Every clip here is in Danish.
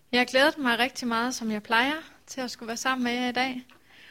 Jeg har glædet mig rigtig meget, som jeg plejer, til at skulle være sammen med jer i dag.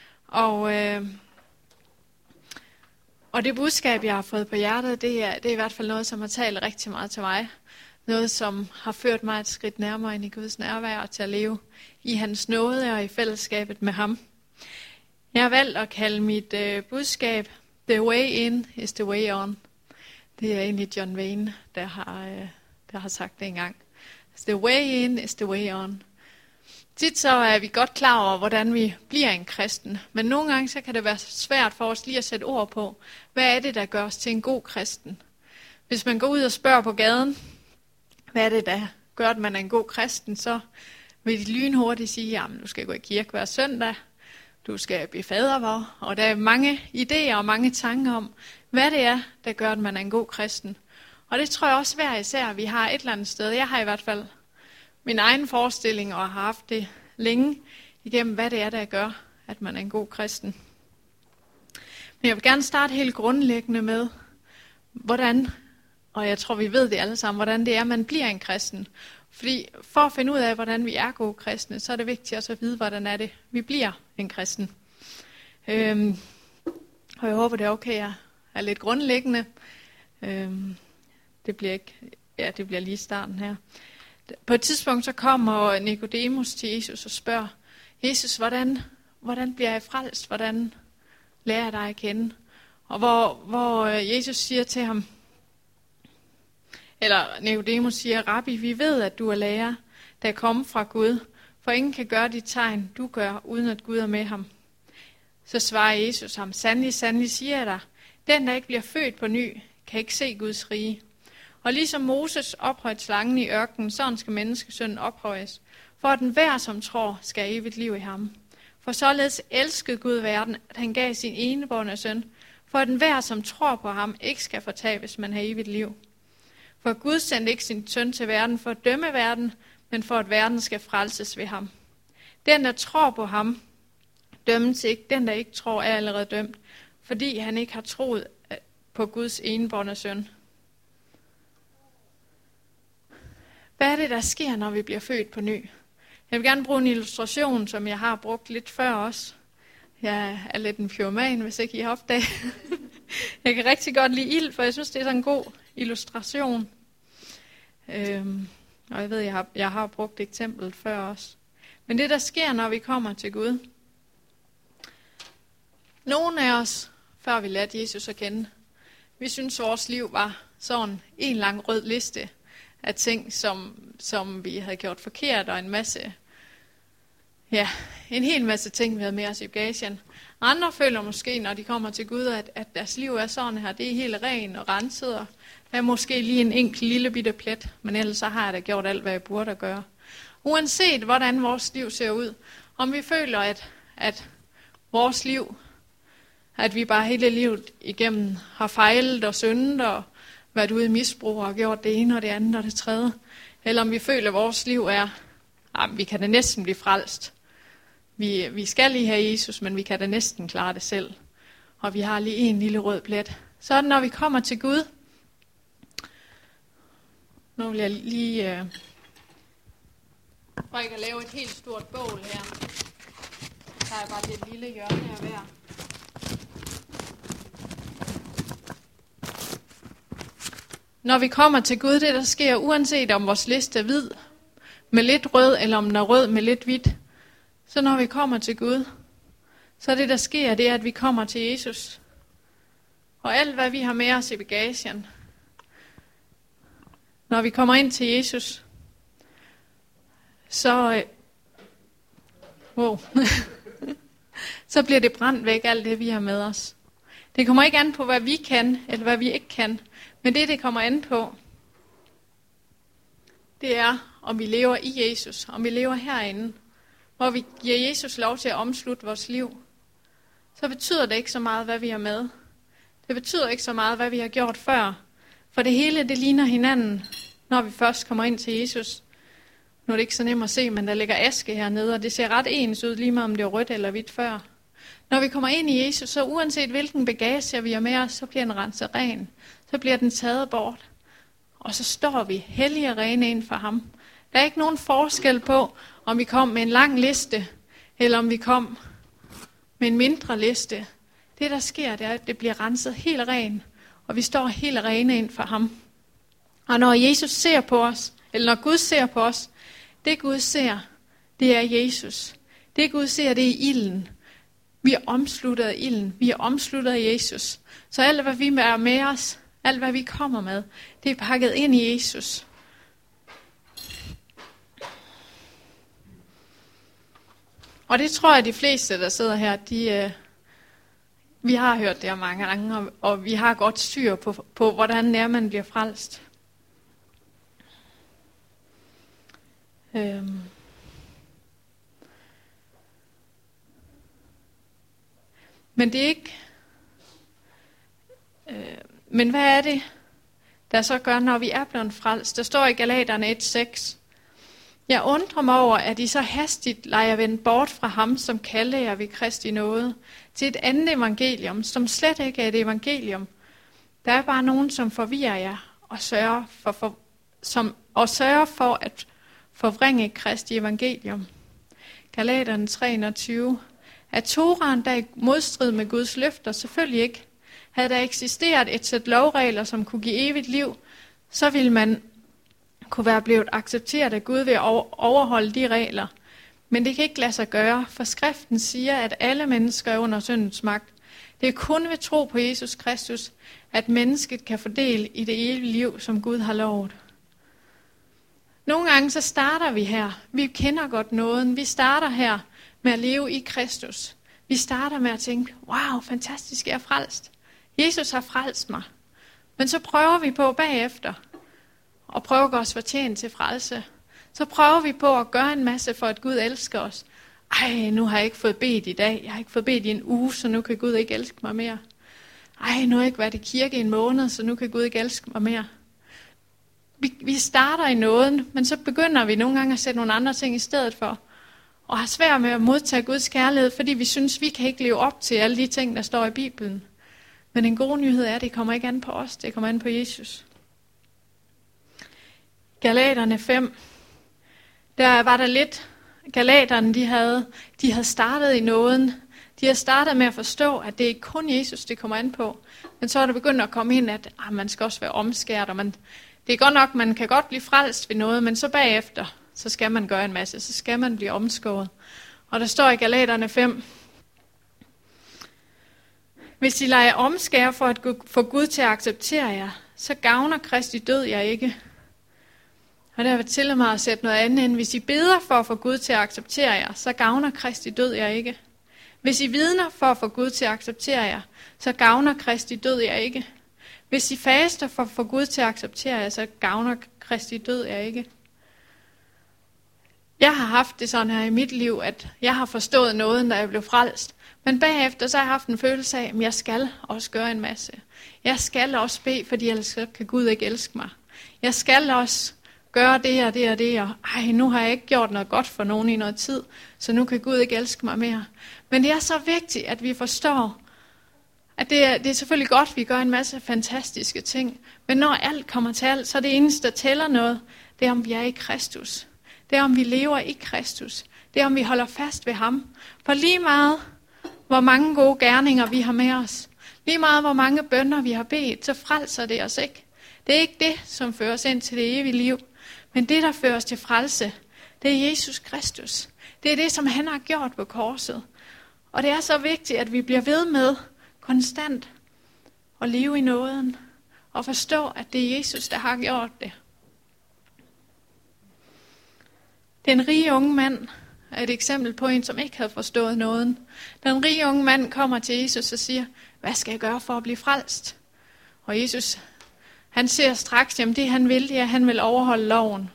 Og det budskab, jeg har fået på hjertet, det er i hvert fald noget, som har talt rigtig meget til mig. Noget, som har ført mig et skridt nærmere ind i Guds nærvær og til at leve i hans nåde og i fællesskabet med ham. Jeg har valgt at kalde mit budskab, The way in is the way on. Det er egentlig John Wayne, der har sagt det engang. The way in is the way on. Tit så er vi godt klar over, hvordan vi bliver en kristen. Men nogle gange så kan det være svært for os lige at sætte ord på, hvad er det, der gør os til en god kristen. Hvis man går ud og spørger på gaden, hvad er det, der gør, at man er en god kristen, så vil de lynhurtigt sige, at du skal gå i kirke hver søndag, du skal blive fadervor. Og der er mange idéer og mange tanker om, hvad det er, der gør, at man er en god kristen. Og det tror jeg også hver især, vi har et eller andet sted. Jeg har i hvert fald min egen forestilling og har haft det længe igennem, hvad det er, der gør, at man er en god kristen. Men jeg vil gerne starte helt grundlæggende med, hvordan, og jeg tror, vi ved det alle sammen, hvordan det er, man bliver en kristen. Fordi for at finde ud af, hvordan vi er gode kristne, så er det vigtigt også at vide, hvordan er det, vi bliver en kristen. Og jeg håber, det er okay, jeg er lidt grundlæggende. Det bliver lige starten her. På et tidspunkt så kommer Nikodemus til Jesus og spørger, Jesus, hvordan bliver jeg frelst? Hvordan lærer jeg dig at kende? Og hvor Jesus siger til ham, eller Nikodemus siger, Rabbi, vi ved, at du er lærer, der er kommet fra Gud, for ingen kan gøre de tegn, du gør, uden at Gud er med ham. Så svarer Jesus ham, sandelig, sandelig siger jeg dig, den, der ikke bliver født på ny, kan ikke se Guds rige. Og ligesom Moses ophøjede slangen i ørkenen, sådan skal menneskesønnen ophøjes, for at enhver, som tror, skal have evigt liv i ham. For således elskede Gud verden, at han gav sin enebårne søn, for at enhver, som tror på ham, ikke skal fortabes, men have evigt liv. For Gud sendte ikke sin søn til verden for at dømme verden, men for at verden skal frelses ved ham. Den, der tror på ham, dømmes ikke. Den, der ikke tror, er allerede dømt, fordi han ikke har troet på Guds enebårne søn. Hvad er det, der sker, når vi bliver født på ny? Jeg vil gerne bruge en illustration, som jeg har brugt lidt før også. Jeg er lidt en pyroman, hvis ikke I har opdaget. Jeg kan rigtig godt lide ild, for jeg synes, det er sådan en god illustration. Og jeg ved, jeg har brugt eksemplet før også. Men det, der sker, når vi kommer til Gud. Nogle af os, før vi lærte Jesus at kende, vi synes, vores liv var sådan en lang rød liste af ting, som vi havde gjort forkert, og en hel masse ting, vi havde med os i bagagen. Andre føler måske, når de kommer til Gud, at deres liv er sådan her, det er helt ren og renset, og der er måske lige en enkelt lille bitte plet, men ellers så har jeg da gjort alt, hvad jeg burde gøre. Uanset hvordan vores liv ser ud, om vi føler, at vores liv, at vi bare hele livet igennem har fejlet og syndet og været ude i misbrug og gjort det ene og det andet og det tredje, eller om vi føler, at vores liv er, vi kan da næsten blive frelst. Vi skal lige have Jesus, men vi kan da næsten klare det selv. Og vi har lige en lille rød plet. Så når vi kommer til Gud, nu vil jeg lige for ikke at lave et helt stort bål her. Så har jeg bare et lille hjørne her hver. Når vi kommer til Gud, det der sker, uanset om vores liste er hvid med lidt rød, eller om den er rød med lidt hvidt, så når vi kommer til Gud, så det der sker, det er, at vi kommer til Jesus. Og alt, hvad vi har med os i bagagen, når vi kommer ind til Jesus, så så bliver det brændt væk, alt det, vi har med os. Det kommer ikke an på, hvad vi kan, eller hvad vi ikke kan. Men det kommer an på, det er, om vi lever i Jesus, om vi lever herinde, hvor vi giver Jesus lov til at omslutte vores liv. Så betyder det ikke så meget, hvad vi har med. Det betyder ikke så meget, hvad vi har gjort før. For det hele, det ligner hinanden, når vi først kommer ind til Jesus. Nu er det ikke så nemt at se, men der ligger aske hernede, og det ser ret ens ud, lige meget om det er rødt eller hvidt før. Når vi kommer ind i Jesus, så uanset hvilken bagage vi har med os, så bliver den renset ren. Så bliver den taget bort. Og så står vi hellige og rene ind for ham. Der er ikke nogen forskel på, om vi kom med en lang liste, eller om vi kom med en mindre liste. Det, der sker, det er, at det bliver renset helt ren, og vi står helt rene ind for ham. Og når Jesus ser på os, eller når Gud ser på os, det Gud ser, det er Jesus. Det Gud ser, det er ilden. Vi er omsluttet af ilden. Vi er omsluttet af Jesus. Så alt, hvad vi er med os, alt, hvad vi kommer med, det er pakket ind i Jesus. Og det tror jeg, de fleste, der sidder her, vi har hørt det her mange gange, og vi har godt styr på hvordan det er, man bliver frelst. Men det er ikke... Men hvad er det, der så gør, når vi er blevet frelst? Der står i Galaterne 1:6. Jeg undrer mig over, at I så hastigt lader vende bort fra ham, som kalder jer ved Kristi nåde, til et andet evangelium, som slet ikke er et evangelium. Der er bare nogen, som forvirrer jer og sørger for at forvrænge Kristi evangelium. Galaterne 3:21. Er Toraen der i modstrid med Guds løfter? Selvfølgelig ikke. Havde der eksisteret et sæt lovregler, som kunne give evigt liv, så ville man kunne være blevet accepteret af Gud ved at overholde de regler. Men det kan ikke lade sig gøre, for skriften siger, at alle mennesker er under syndens magt. Det er kun ved tro på Jesus Kristus, at mennesket kan få del i det evige liv, som Gud har lovet. Nogle gange så starter vi her. Vi kender godt nåden. Vi starter her med at leve i Kristus. Vi starter med at tænke, wow, fantastisk, jeg er frelst. Jesus har frelst mig. Men så prøver vi på bagefter at prøve at gøre os fortjent til frelse. Så prøver vi på at gøre en masse for, at Gud elsker os. Ej, nu har jeg ikke fået bedt i dag. Jeg har ikke fået bedt i en uge, så nu kan Gud ikke elske mig mere. Ej, nu har jeg ikke været i kirke i en måned, så nu kan Gud ikke elske mig mere. Vi starter i nåden, men så begynder vi nogle gange at sætte nogle andre ting i stedet for. Og har svært med at modtage Guds kærlighed, fordi vi synes, vi kan ikke leve op til alle de ting, der står i Bibelen. Men den gode nyhed er, at det kommer ikke an på os, det kommer an på Jesus. Galaterne 5, der var der lidt, Galaterne de havde startet i nåden. De havde startet med at forstå, at det ikke kun Jesus, det kommer an på. Men så er der begyndt at komme ind, at man skal også være omskært, og det er godt nok, man kan godt blive frelst ved noget, men så bagefter, så skal man gøre en masse, så skal man blive omskåret. Og der står i Galaterne 5, hvis I lader jer omskære for at få Gud til at acceptere jer, så gavner Kristi død jer ikke. Og der vil til mig at sætte noget andet ind. Hvis I beder for at få Gud til at acceptere jer, så gavner Kristi død jer ikke. Hvis I vidner for at få Gud til at acceptere jer, så gavner Kristi død jer ikke. Hvis I faster for at få Gud til at acceptere jer, så gavner Kristi død jer ikke. Jeg har haft det sådan her i mit liv, at jeg har forstået noget, da jeg blev frelst. Men bagefter så har jeg haft en følelse af, at jeg skal også gøre en masse. Jeg skal også bede, fordi ellers kan Gud ikke elske mig. Jeg skal også gøre det og det og det, og nu har jeg ikke gjort noget godt for nogen i noget tid, så nu kan Gud ikke elske mig mere. Men det er så vigtigt, at vi forstår, at det er selvfølgelig godt, at vi gør en masse fantastiske ting, men når alt kommer til alt, så er det eneste, der tæller noget, det er, om vi er i Kristus. Det er, om vi lever i Kristus. Det er, om vi holder fast ved ham. For lige meget, hvor mange gode gerninger vi har med os, lige meget, hvor mange bønner vi har bedt, så frelser det os ikke. Det er ikke det, som fører os ind til det evige liv. Men det, der fører os til frelse, det er Jesus Kristus. Det er det, som han har gjort på korset. Og det er så vigtigt, at vi bliver ved med konstant at leve i nåden. Og forstå, at det er Jesus, der har gjort det. Den rige unge mand er et eksempel på en, som ikke havde forstået nåden. Den rige unge mand kommer til Jesus og siger, hvad skal jeg gøre for at blive frelst? Og Jesus, han ser straks, jamen det han vil, det er, at han vil overholde loven.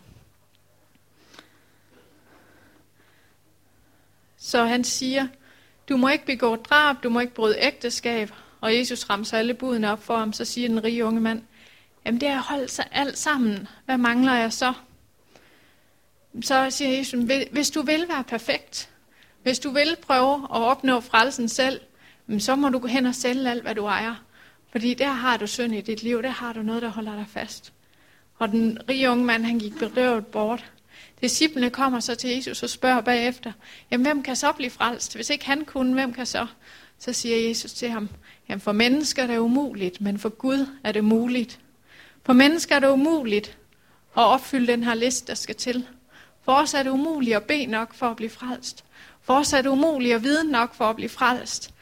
Så han siger, du må ikke begå drab, du må ikke bryde ægteskab. Og Jesus ramser alle budene op for ham, så siger den rige unge mand, jamen det er holdt sig alt sammen. Hvad mangler jeg så? Så siger Jesus, hvis du vil være perfekt, hvis du vil prøve at opnå frelsen selv, så må du gå hen og sælge alt, hvad du ejer. Fordi der har du synd i dit liv, der har du noget, der holder dig fast. Og den rige unge mand, han gik bedrøvet bort. Disciplene kommer så til Jesus og spørger bagefter, jamen hvem kan så blive frelst? Hvis ikke han kunne, hvem kan så? Så siger Jesus til ham, jamen for mennesker er det umuligt, men for Gud er det muligt. For mennesker er det umuligt at opfylde den her liste, der skal til. For os er det umuligt at bede nok for at blive frelst. For os er det umuligt at vide nok for at blive frelst.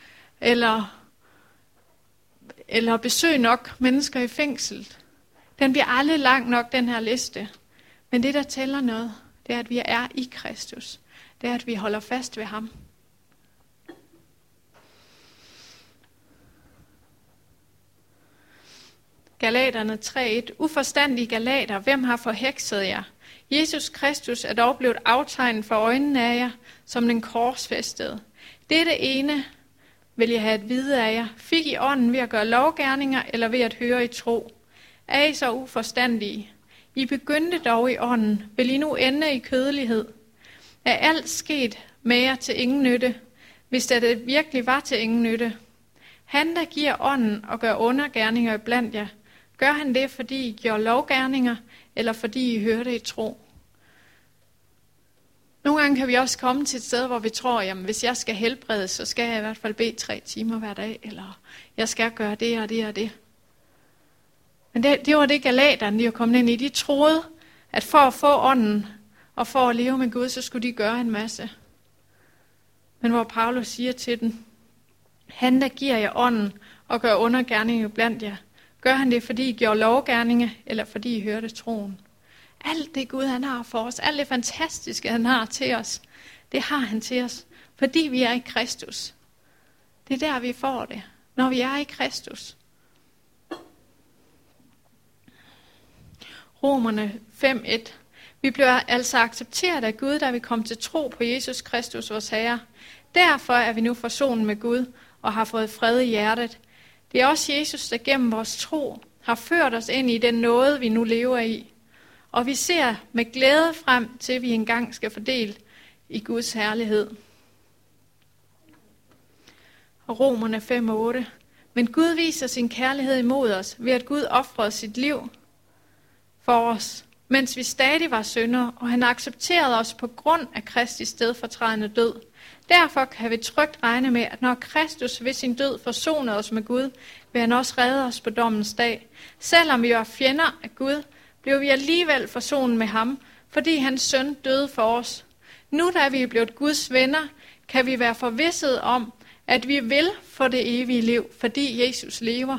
Eller besøge nok mennesker i fængsel. Den bliver aldrig lang nok, den her liste. Men det, der tæller noget, det er, at vi er i Kristus. Det er, at vi holder fast ved ham. Galaterne 3:1. Uforstandige galater, hvem har forhekset jer? Jesus Kristus er dog blevet aftegnet for øjnene af jer, som den korsfæstede. Dette ene vil jeg have at vide af jer. Fik I ånden ved at gøre lovgerninger, eller ved at høre i tro? Er I så uforstandige? I begyndte dog i ånden. Vil I nu ende i kødelighed? Er alt sket med jer til ingen nytte, hvis det virkelig var til ingen nytte? Han, der giver ånden og gør undergerninger blandt jer, gør han det, fordi I gjorde lovgerninger, eller fordi I hørte i tro? Nogle gange kan vi også komme til et sted, hvor vi tror, jamen hvis jeg skal helbredes, så skal jeg i hvert fald bede 3 timer hver dag, eller jeg skal gøre det og det og det. Men det var det galaterne, de var kommet ind i. De troede, at for at få ånden og for at leve med Gud, så skulle de gøre en masse. Men hvor Paulus siger til dem, han der giver jer ånden og gør undergerninger blandt jer, gør han det, fordi I gjorde lovgerninger, eller fordi I hørte troen? Alt det Gud han har for os, alt det fantastiske han har til os, det har han til os, fordi vi er i Kristus. Det er der vi får det, når vi er i Kristus. Romerne 5:1. Vi bliver altså accepteret af Gud, da vi kom til tro på Jesus Kristus, vores Herre. Derfor er vi nu forsonet med Gud og har fået fred i hjertet. Det er også Jesus, der gennem vores tro har ført os ind i den nåde, vi nu lever i. Og vi ser med glæde frem til, at vi engang skal fordele i Guds herlighed. Og Romerne 5:8. Men Gud viser sin kærlighed imod os, ved at Gud ofrede sit liv for os, mens vi stadig var syndere, og han accepterede os på grund af Kristi stedfortrædende død. Derfor kan vi trygt regne med, at når Kristus ved sin død forsonede os med Gud, vil han også redde os på dommens dag. Selvom vi var fjender af Gud, blev vi alligevel forsonet med ham, fordi hans søn døde for os. Nu da vi er blevet Guds venner, kan vi være forvisset om, at vi vil få det evige liv, fordi Jesus lever.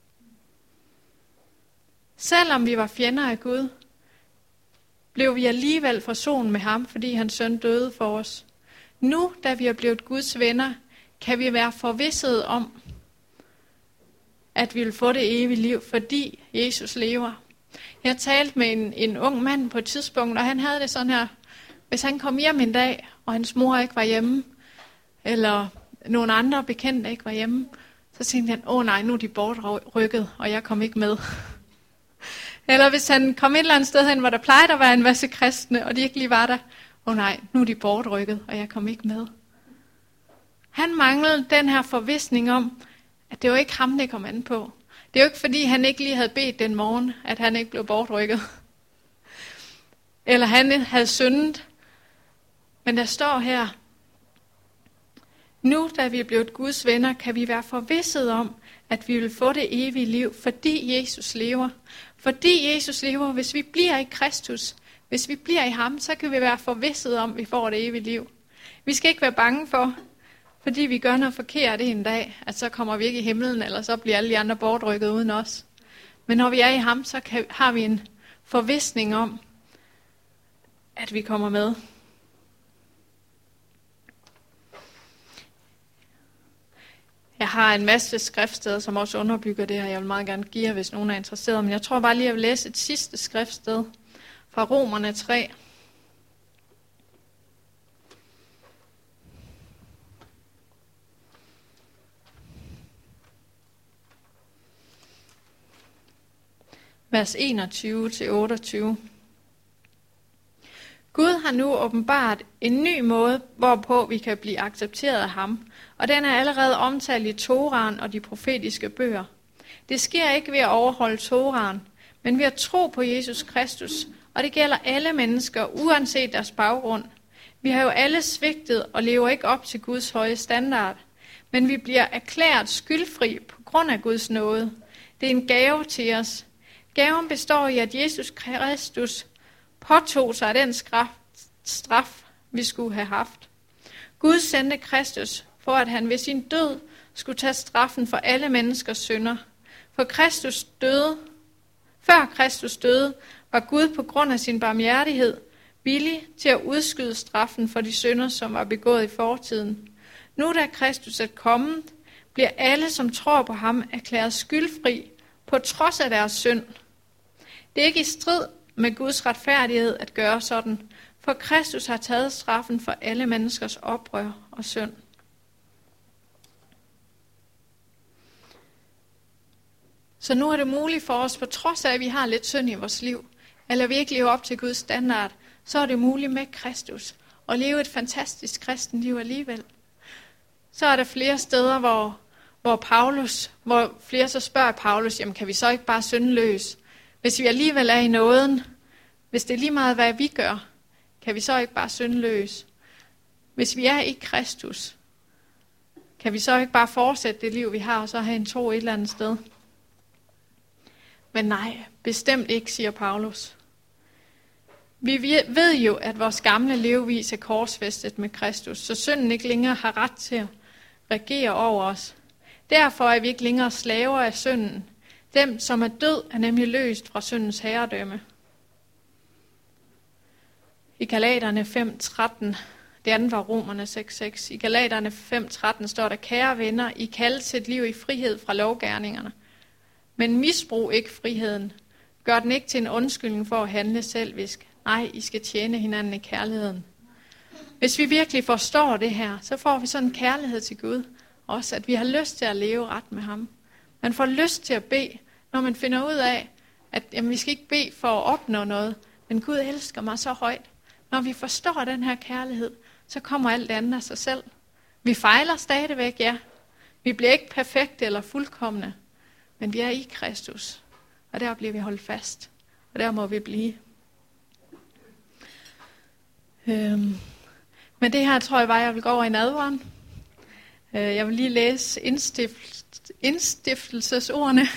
Selvom vi var fjender af Gud, blev vi alligevel forsonet med ham, fordi hans søn døde for os. Nu, da vi er blevet Guds venner, kan vi være forvisset om, at vi vil få det evige liv, fordi Jesus lever. Jeg talte med en ung mand på et tidspunkt, og han havde det sådan her. Hvis han kom hjem en dag, og hans mor ikke var hjemme, eller nogle andre bekendte ikke var hjemme, så tænkte han, nej, nu er de bortrykket, og jeg kom ikke med. Eller hvis han kom et eller andet sted hen, hvor der plejede at være en masse kristne, og de ikke lige var der, nej, nu er de bortrykket, og jeg kom ikke med. Han manglede den her forvisning om, at det var ikke ham, det kom an på. Det er jo ikke fordi, han ikke lige havde bedt den morgen, at han ikke blev bortrykket. Eller han havde syndet. Men der står her, nu da vi er blevet Guds venner, kan vi være forvisset om, at vi vil få det evige liv, fordi Jesus lever. Fordi Jesus lever, hvis vi bliver i Kristus, hvis vi bliver i ham, så kan vi være forvisset om, at vi får det evige liv. Vi skal ikke være bange for, fordi vi gør noget forkert en dag, at så kommer vi ikke i himlen, eller så bliver alle de andre bortrykket uden os. Men når vi er i ham, så har vi en forvisning om, at vi kommer med. Jeg har en masse skriftsteder, som også underbygger det her. Jeg vil meget gerne give jer, hvis nogen er interesseret. Men jeg tror bare lige, at jeg vil læse et sidste skriftsted fra Romerne 3. Vers 21-28. Gud har nu åbenbart en ny måde, hvorpå vi kan blive accepteret af ham, og den er allerede omtalt i Toraen og de profetiske bøger. Det sker ikke ved at overholde Toraen, men ved at tro på Jesus Kristus Og det gælder alle mennesker, uanset deres baggrund. Vi har jo alle svigtet og lever ikke op til Guds høje standard. Men vi bliver erklæret skyldfri på grund af Guds nåde. Det er en gave til os. Gaven består i, at Jesus Kristus påtog sig den straf, vi skulle have haft. Gud sendte Kristus, for at han ved sin død skulle tage straffen for alle menneskers synder. Før Kristus døde, var Gud på grund af sin barmhjertighed villig til at udskyde straffen for de synder, som var begået i fortiden. Nu da Kristus er kommet, bliver alle, som tror på ham, erklæret skyldfri på trods af deres synd. Det er ikke i strid med Guds retfærdighed at gøre sådan, for Kristus har taget straffen for alle menneskers oprør og synd. Så nu er det muligt for os, på trods af, at vi har lidt synd i vores liv, eller vi ikke lever op til Guds standard, så er det muligt med Kristus at leve et fantastisk kristenliv alligevel. Så er der flere steder, hvor flere så spørger Paulus, jamen kan vi så ikke bare synde løs? Hvis vi alligevel er i nåden, hvis det er lige meget, hvad vi gør, kan vi så ikke bare synde løs? Hvis vi er i Kristus, kan vi så ikke bare fortsætte det liv, vi har, og så have en tro et eller andet sted? Men nej, bestemt ikke, siger Paulus. Vi ved jo, at vores gamle levevis er korsfæstet med Kristus, så synden ikke længere har ret til at regere over os. Derfor er vi ikke længere slaver af synden. Dem, som er død, er nemlig løst fra syndens herredømme. I Galaterne 5:13, det andet var Romerne 6:6. I Galaterne 5:13 står der, kære venner, I kaldes til et liv i frihed fra lovgerningerne. Men misbrug ikke friheden. Gør den ikke til en undskyldning for at handle selvisk. Nej, I skal tjene hinanden i kærligheden. Hvis vi virkelig forstår det her, så får vi sådan en kærlighed til Gud. Også at vi har lyst til at leve ret med ham. Man får lyst til at bede, når man finder ud af, at jamen, vi skal ikke bede for at opnå noget. Men Gud elsker mig så højt. Når vi forstår den her kærlighed, så kommer alt andet af sig selv. Vi fejler stadigvæk, ja. Vi bliver ikke perfekte eller fuldkomne. Men vi er i Kristus. Og der bliver vi holdt fast. Og der må vi blive. Men det her tror jeg bare, jeg vil gå over i nadveren. Jeg vil lige læse indstiftelsesordene.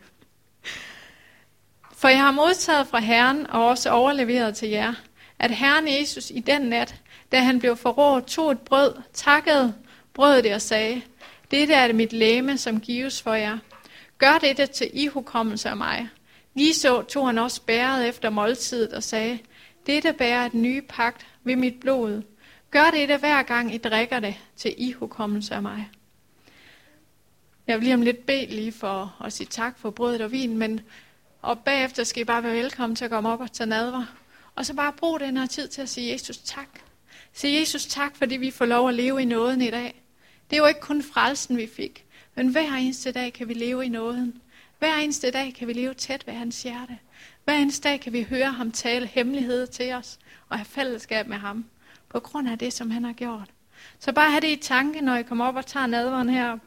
For jeg har modtaget fra Herren og også overleveret til jer, at Herren Jesus i den nat, da han blev forrådt, tog et brød, takkede brødet det og sagde, dette er det mit legeme, som gives for jer. Gør dette til ihukommelse af mig. Ligeså tog han også bæret efter måltidet og sagde, dette bærer et nye pagt ved mit blod. Gør dette hver gang I drikker det til ihukommelse af mig. Jeg vil lige om lidt bede lige for at sige tak for brødet og vin, og bagefter skal I bare være velkommen til at komme op og tage nadver. Og så bare brug den her tid til at sige Jesus tak. Sige Jesus tak, fordi vi får lov at leve i nåden i dag. Det er jo ikke kun frelsen, vi fik, men hver eneste dag kan vi leve i nåden. Hver eneste dag kan vi leve tæt ved hans hjerte. Hver eneste dag kan vi høre ham tale hemmeligheder til os og have fællesskab med ham på grund af det, som han har gjort. Så bare have det i tanke, når I kommer op og tager nadveren her,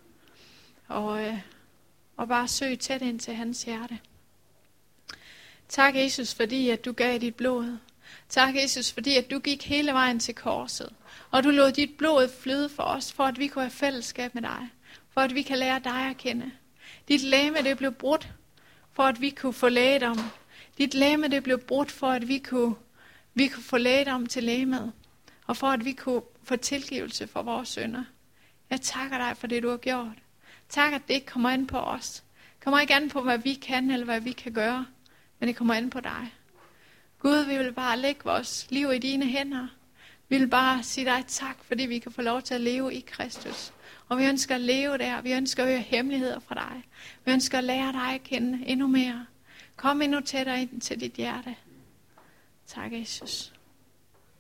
og bare søg tæt ind til hans hjerte. Tak, Jesus, fordi at du gav dit blod. Tak, Jesus, fordi at du gik hele vejen til korset. Og du lod dit blod flyde for os, for at vi kunne have fællesskab med dig. For at vi kan lære dig at kende. Dit legeme, det blev brudt, for at vi kunne få lægedom. Dit legeme, det blev brudt, for at vi kunne få lægedom til legemet. Og for at vi kunne få tilgivelse for vores synder. Jeg takker dig for det, du har gjort. Tak, at det ikke kommer an på os. Det kommer ikke an på, hvad vi kan, eller hvad vi kan gøre. Men det kommer an på dig. Gud, vi vil bare lægge vores liv i dine hænder. Vi vil bare sige dig tak, fordi vi kan få lov til at leve i Kristus. Og vi ønsker at leve der. Vi ønsker at høre hemmeligheder fra dig. Vi ønsker at lære dig at kende endnu mere. Kom endnu tættere ind til dit hjerte. Tak, Jesus.